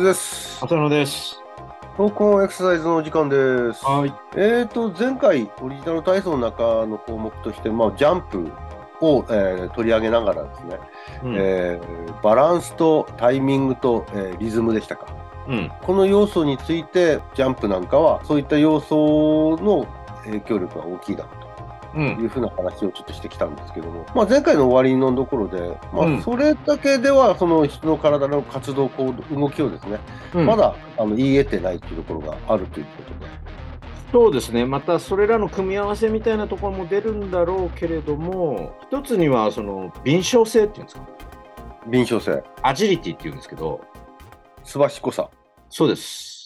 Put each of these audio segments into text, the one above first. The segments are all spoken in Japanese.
水です。 浅野です。 トークオンエクササイズのお時間です。 はい。 前回オリジナル体操の中の項目として、ジャンプを、取り上げながらですね、 うん。 バランスとタイミングと、リズムでしたか。 うん。 この要素について、ジャンプなんかはそういった要素の影響力が大きいだろうと。 うん。 いうふうな話をちょっとしてきたんですけども、前回の終わりのところで、 うん。 それだけではその人の体の活動、動きをですね、 うん。 まだ言い得てないというところがあるということで。 そうですね。またそれらの組み合わせみたいなところも出るんだろうけれども、一つにはその敏捷性っていうんですか。 敏捷性、 アジリティっていうんですけど、 すばしっこさ。 そうです。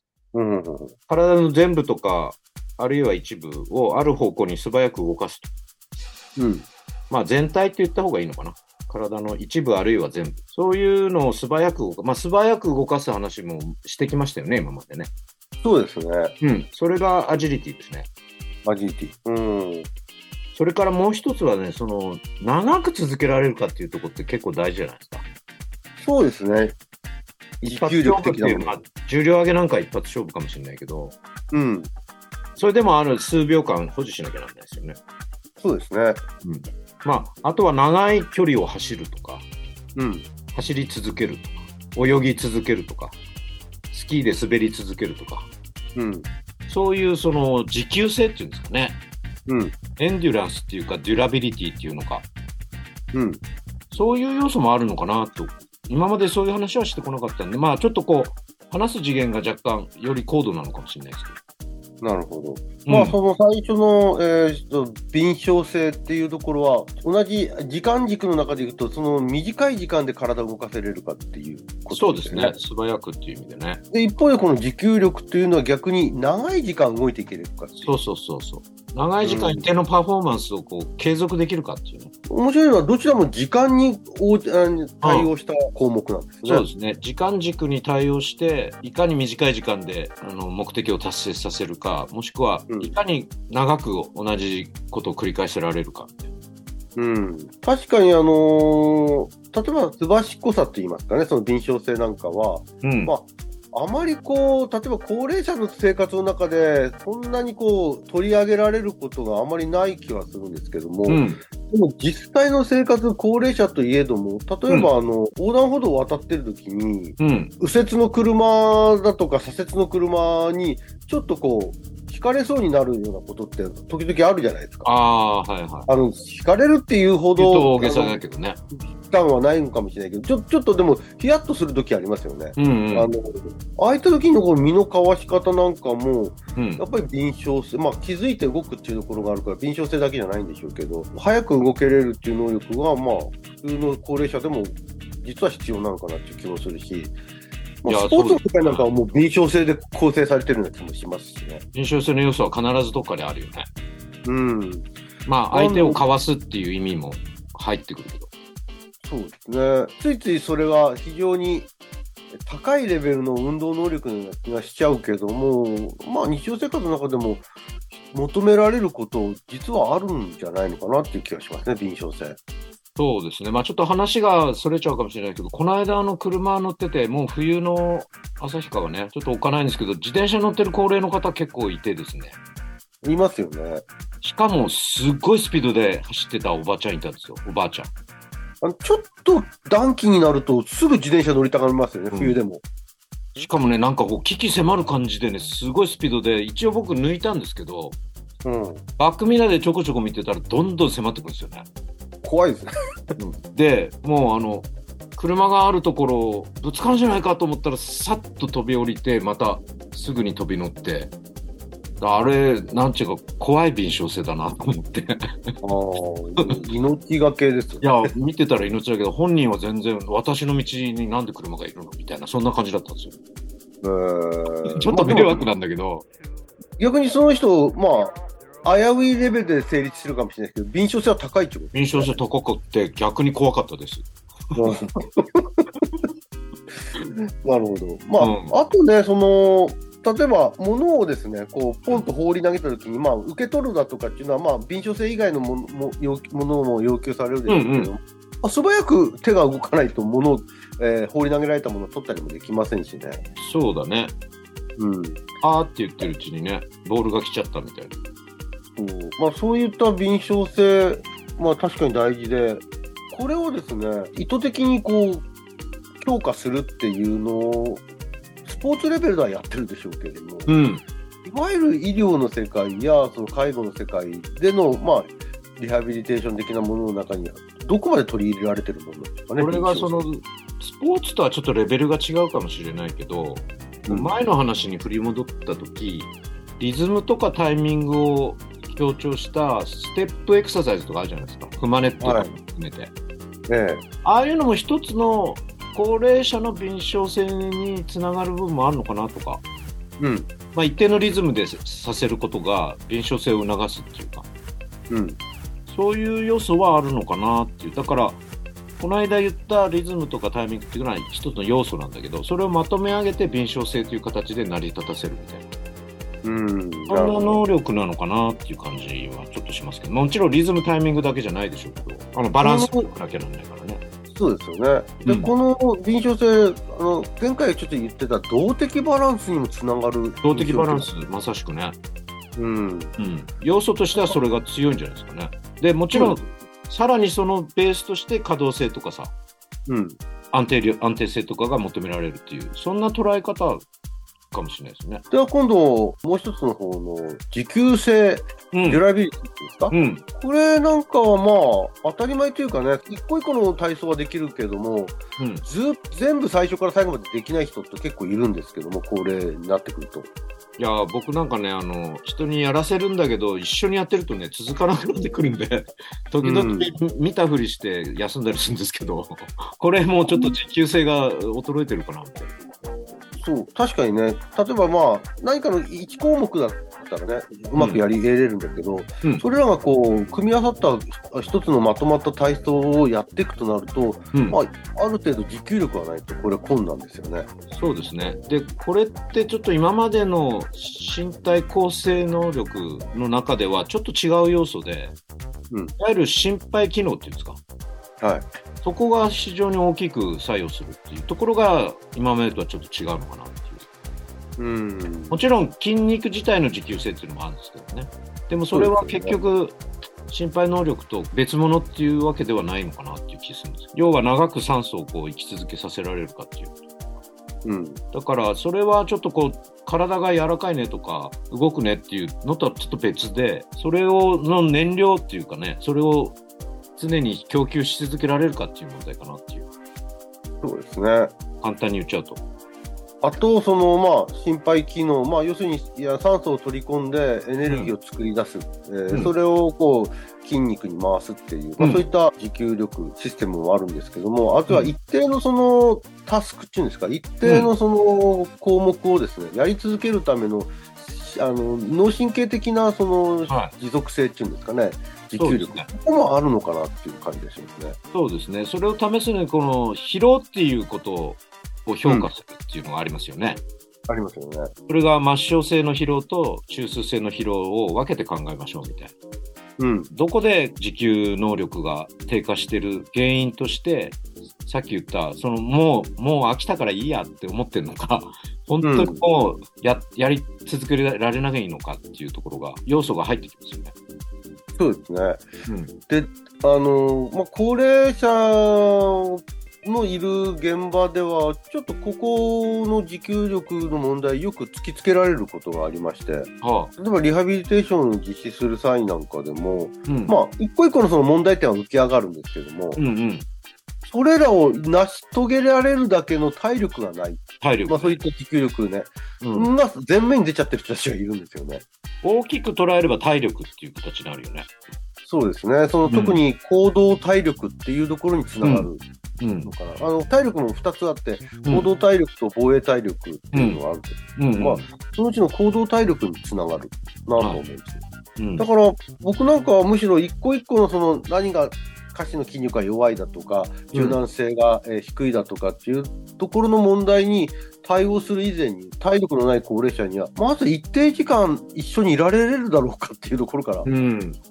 うんうんうん。 体の全部とか、あるいは一部をある方向に素早く動かすと。 うん。 全体って言った方がいいのかな。体の一部あるいは全部。そういうのを素早く素早く動かす話もしてきましたよね、今までね。 そうですね。 うん。それがアジリティですね。 アジリティ。うん。 それからもう一つはね、長く続けられるかっていうところって結構大事じゃないですか。 そうですね。 一持久力発勝負っ的なもの。 ていうのは、重量上げなんか一発勝負かもしれないけど、 うん。 それでもある数秒間保持しなきゃなんないですよね。 そうですね。 うん。あとは長い距離を走るとか、 うん。 走り続けるとか、泳ぎ続けるとか、スキーで滑り続けるとか、 うん。 そういうその持久性っていうんですかね。 うん。 エンデュランスっていうか、デュラビリティっていうのか、 うん。 そういう要素もあるのかなと。今までそういう話はしてこなかったんで、ちょっと話す次元が若干より高度なのかもしれないですけど。 なるほど。 うん。 その最初の、敏捷性っていうところは、同じ時間軸の中でいくと、その短い時間で体を動かせれるかっていうことそうですね。 ですよね。 素早くっていう意味でね。 で、一方でこの持久力っていうのは逆に長い時間動いていけれるかっていう。 そうそうそうそう。長い時間うん。 一定のパフォーマンスを継続できるかっていうね。 面白いのは、どちらも時間に対うん。 応した項目なんですね。 そうですね。時間軸に対応して、いかに短い時間で目的を達成させるか、もしくはうん。 いかに長く同じことを繰り返せられるか。 うん。確かに例えば、すばしっこさって言いますかね、その敏捷性なんかは、 うん。 あまり例えば高齢者の生活の中で、そんなに取り上げられることがあまりない気はするんですけども、 うん。 でも実際の生活、高齢者といえども、例うん。 えば横断歩道を渡ってる時に、 うん。 右折の車だとか左折の車に、ちょっと引かれそうになるようなことって時々あるじゃないですか。 ああー、はいはい。 引かれるっていうほ言うど、 と大げさだけどね。 期間はないのかもしれないけど、ちょっとでも、ヒヤッとするときありますよね。 うんうん。 ああいった時の身のかわし方なんかも、 うん。 やっぱり敏捷性、気づいて動くっていうところがあるから、敏捷性だけじゃないんでしょうけど、早く動けれるっていう能力が、普通の高齢者でも、実は必要なのかなっていう気もするし、 いや、 スポーツの世そうですね。 界なんかはもう敏捷性で構成されてるような気もしますしね。 認証性の要素は必ずどっかであるよね。 うん。 相手をかわすっていう意味も入ってくるけど。 そうですね。ついついそれは非常に高いレベルの運動能力のような気がしちゃうけども、日常生活の中でも求められること実はあるんじゃないのかなっていう気がしますね、敏捷性。 そうですね。ちょっと話がそれちゃうかもしれないけど、この間車乗ってて、もう冬の旭川ね、ちょっとおっかないんですけど、自転車乗ってる高齢の方結構いてですね。 いますよね。 しかも、すっごいスピードで走ってたおばちゃんいたんですよ。おばあちゃん。 ちょっと暖気になるとすぐ自転車乗りたがりますよね、 うん。 冬でも。 しかもね、なんか危機迫る感じでね、すごいスピードで、一応僕抜いたんですけど、 うん。 バックミラーでちょこちょこ見てたら、どんどん迫ってくるんですよね。 怖いですね。 で、もう車があるところをぶつかるんじゃないかと思ったら、さっと飛び降りて、またすぐに飛び乗って、あれ、なんちゅうか、怖い敏捷性だなと思って。 命がけですよいや、 ね。 見てたら命だけど、本人は全然、私の道になんで車がいるのみたいな、そんな感じだったんですよ。ちょっとでも迷惑なんだけど、 逆にその人、危ういレベルで成立してるかもしれないですけど、敏捷性は高いってことで敏すね。 捷性高くって逆に怖かったです。 うん。なるほど。 うん。 あとね、例えば物をですね、ポンと放り投げたときに、受け取るだとかっていうのは、敏捷性以外のものも要求されるでうんうん。 しょうけど、 素早く手が動かないと物を、放り投げられたものを取ったりもできませんしね。 そうだね。あーって言ってるうちにね、ボールが来ちゃったみたいな。 そういった敏捷性、確かに大事で、これをですね、意図的に強化するっていうのを、スポーツレベルではやってるでしょうけれども、いわゆる医療の世界やその介護の世界での、リハビリテーション的なものの中には、どこまで取り入れられてるものなんですかね。 これがスポーツとはちょっとレベルが違うかもしれないけど、前の話に振り戻った時、リズムとかタイミングを強調したステップエクササイズとかあるじゃないですか。フマネットとか含めて。ああいうのも一つの高齢者の敏捷性につながる部分もあるのかなとか。一定のリズムでさせることが敏捷性を促すっていうか、そういう要素はあるのかなっていう。だからこの間言ったリズムとかタイミングっていうのは一つの要素なんだけど、それをまとめ上げて敏捷性という形で成り立たせるみたいな、そんな能力なのかなっていう感じはちょっとしますけど、もちろんリズムタイミングだけじゃないでしょうけど、バランス取らなきゃなんないからね。 そうですよね。で、この敏捷性、前回ちょっと言ってた動的バランスにもつながる。 動的バランス、まさしくね。要素としてはそれが強いんじゃないですかね。で、もちろん、さらにそのベースとして可動性とかさ、安定性とかが求められるっていう、そんな捉え方かもしれないですね。 では今度、もう一つの方の持久性、デュラビリティですか、これなんかは当たり前というかね、一個一個の体操はできるけども、全部最初から最後までできない人って結構いるんですけども、高齢になってくると。 いや僕なんかね、人にやらせるんだけど、一緒にやってるとね、続かなくなってくるんで、時々見たふりして休んだりするんですけど、これもうちょっと持久性が衰えてるかなって。 そう、確かにね、例えば何かの1項目だったらね、うまくやり得れるんだけど、それらが組み合わさった一つのまとまった体操をやっていくとなると、ある程度持久力がないと、これ困難ですよね。 そうですね。で、これってちょっと今までの身体構成能力の中ではちょっと違う要素で、いわゆる心肺機能っていうんですか。そこが非常に大きく作用するっていうところが今までとはちょっと違うのかなっていう。もちろん筋肉自体の持久性っていうのもあるんですけどね。でもそれは結局心肺能力と別物っていうわけではないのかなっていう気がするんです。要は長く酸素を生き続けさせられるかっていう。だからそれはちょっと体が柔らかいねとか動くねっていうのとはちょっと別で、それの燃料っていうかね、それを常に供給し続けられるかっていう問題かなっていう。 そうですね。 簡単に言っちゃうと。 あと、心肺機能、要するに酸素を取り込んでエネルギーを作り出す。それを筋肉に回すっていう、そういった持久力システムもあるんですけども、あとは一定のタスクっていうんですか、一定の項目をですね、やり続けるための、脳神経的な持続性っていうんですかね、持久力、ここもあるのかなっていう感じがしますね。 そうですね。それを試すのに、この疲労っていうことを評価するっていうのがありますよね。 ありますよね。 それが末梢性の疲労と中枢性の疲労を分けて考えましょうみたいな。どこで持久能力が低下している原因として、さっき言ったもう飽きたからいいやって思ってるのか、本当にもうやり続けられないのかっていうところが要素が入ってきますよね。 そうですね。で、高齢者のいる現場では、ちょっとここの持久力の問題、よく突きつけられることがありまして、例えばリハビリテーションを実施する際なんかでも、一個一個の問題点は浮き上がるんですけども、それらを成し遂げられるだけの体力がない。そういった持久力ね、が前面に出ちゃってる人たちがいるんですよね。 大きく捉えれば体力っていう形になるよね。 そうですね。特に行動体力っていうところにつながるのかな。体力も2つあって、行動体力と防衛体力っていうのがあるんですけど、そのうちの行動体力につながるなと思うんですよ。だから僕なんかはむしろ一個一個の何が下肢の筋肉が弱いだとか、柔軟性が低いだとかっていうところの問題に対応する以前に、体力のない高齢者には、まず一定時間一緒にいられるだろうかっていうところから、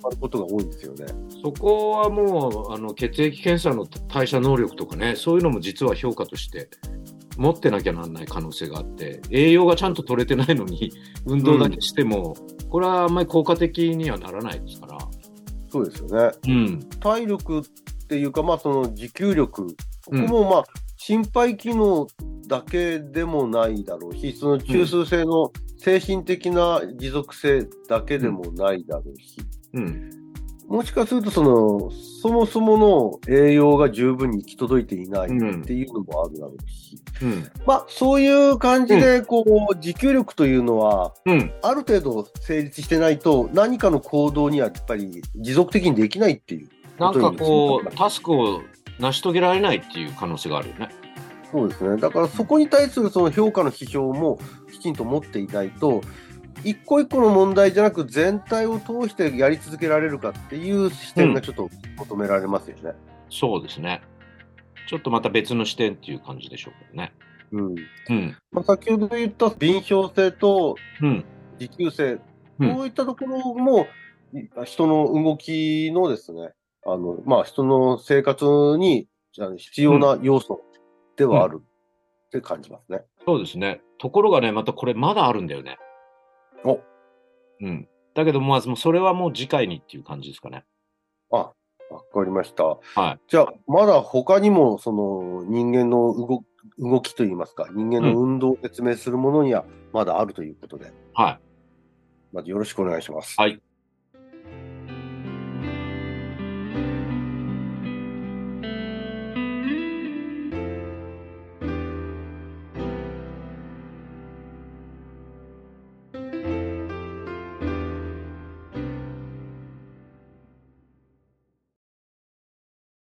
まることが多いんですよね。 そこはもう血液検査の代謝能力とかね、そういうのも実は評価として持ってなきゃなんない可能性があって、栄養がちゃんと取れてないのに運動だけしても、これはあんまり効果的にはならないですから。 そうですよね。 うん。 体力っていうか、その持久力、ここも心肺機能だけでもないだろうし、その中枢性の精神的な持続性だけでもないだろうし、もしかするとそもそもの栄養が十分に行き届いていないっていうのもあるだろうし、そういう感じで持久力というのは、ある程度成立してないと何かの行動にはやっぱり持続的にできないっていう。 なんかタスクを成し遂げられないっていう可能性があるよね。 そうですね。だからそこに対するその評価の指標もきちんと持っていないと、一個一個の問題じゃなく全体を通してやり続けられるかっていう視点がちょっと求められますよね。 そうですね。ちょっとまた別の視点っていう感じでしょうけどね。 先ほど言った敏捷性と持久性、こういったところも人の動きのですね、人の生活に必要な要素ではあるって感じますね。 そうですね。ところがね、またこれまだあるんだよね。だけど、それはもう次回にっていう感じですかね。 わかりました。じゃあ、まだ他にも、その人間の動きといいますか、人間の運動を説明するものにはまだあるということで。まずよろしくお願いします。 はい。